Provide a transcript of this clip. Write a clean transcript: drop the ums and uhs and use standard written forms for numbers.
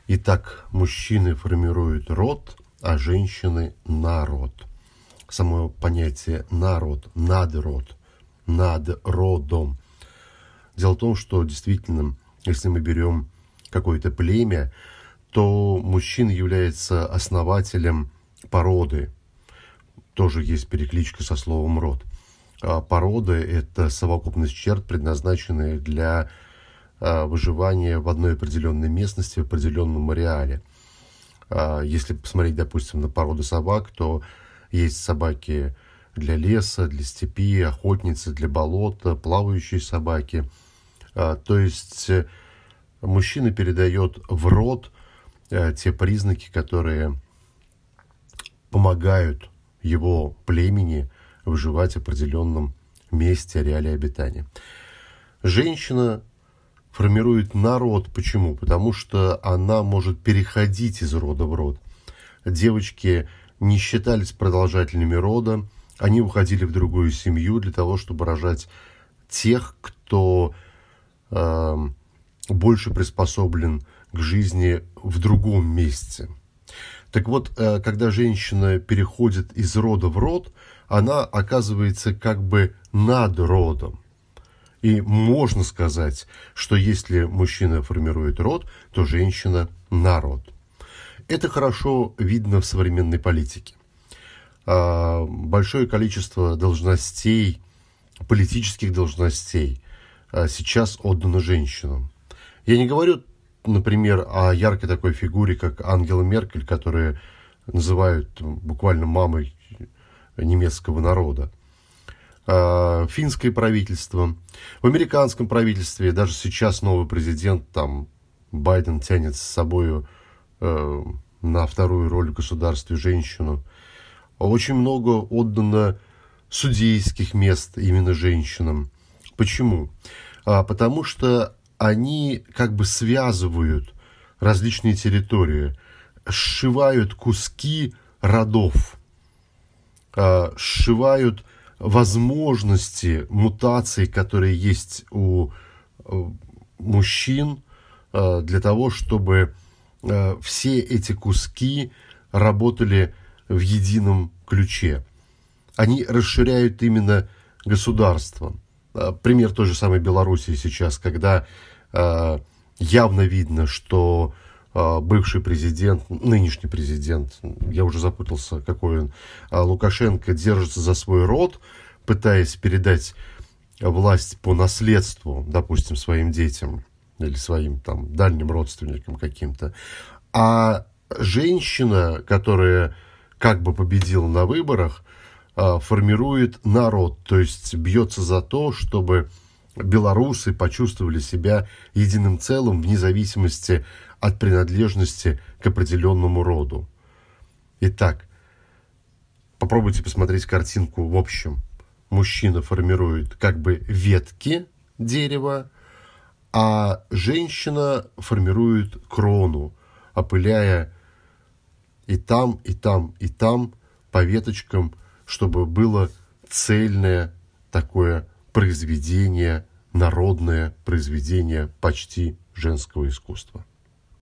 Итак, мужчины формируют род, а женщины – народ. Само понятие «народ», «надрод», «над родом». Дело в том, что действительно, если мы берем какое-то племя, то мужчина является основателем породы. Тоже есть перекличка со словом «род». Порода – это совокупность черт, предназначенные для выживания в одной определенной местности, в определенном ареале. Если посмотреть, допустим, на породы собак, то есть собаки для леса, для степи, охотницы для болота, плавающие собаки. То есть мужчина передает в род те признаки, которые помогают его племени выживать в определенном месте, ареале обитания. Женщина формирует народ. Почему? Потому что она может переходить из рода в род. Девочки не считались продолжателями рода, они уходили в другую семью для того, чтобы рожать тех, кто больше приспособлен к жизни в другом месте. Так вот, когда женщина переходит из рода в род, она оказывается как бы над родом. И можно сказать, что если мужчина формирует род, то женщина – народ. Это хорошо видно в современной политике. Большое количество должностей, политических должностей сейчас отдано женщинам. Я не говорю, например, о яркой такой фигуре, как Ангела Меркель, которую называют буквально мамой немецкого народа. Финское правительство, в американском правительстве, даже сейчас новый президент, там, Байден тянет с собой на вторую роль в государстве женщину. Очень много отдано судейских мест именно женщинам. Почему? Потому что они как бы связывают различные территории, сшивают куски родов, сшивают возможности мутаций, которые есть у мужчин, для того, чтобы все эти куски работали в едином ключе. Они расширяют именно государство. Пример той же самой Белоруссии сейчас, когда явно видно, что бывший президент, нынешний президент, я уже запутался, какой он, Лукашенко держится за свой род, пытаясь передать власть по наследству, допустим, своим детям или своим там дальним родственникам каким-то. А женщина, которая как бы победила на выборах, формирует народ, то есть бьется за то, чтобы белорусы почувствовали себя единым целым вне зависимости от принадлежности к определенному роду. Итак, попробуйте посмотреть картинку в общем. Мужчина формирует как бы ветки дерева, а женщина формирует крону, опыляя и там, и там, и там по веточкам, чтобы было цельное такое произведение, народное произведение почти женского искусства.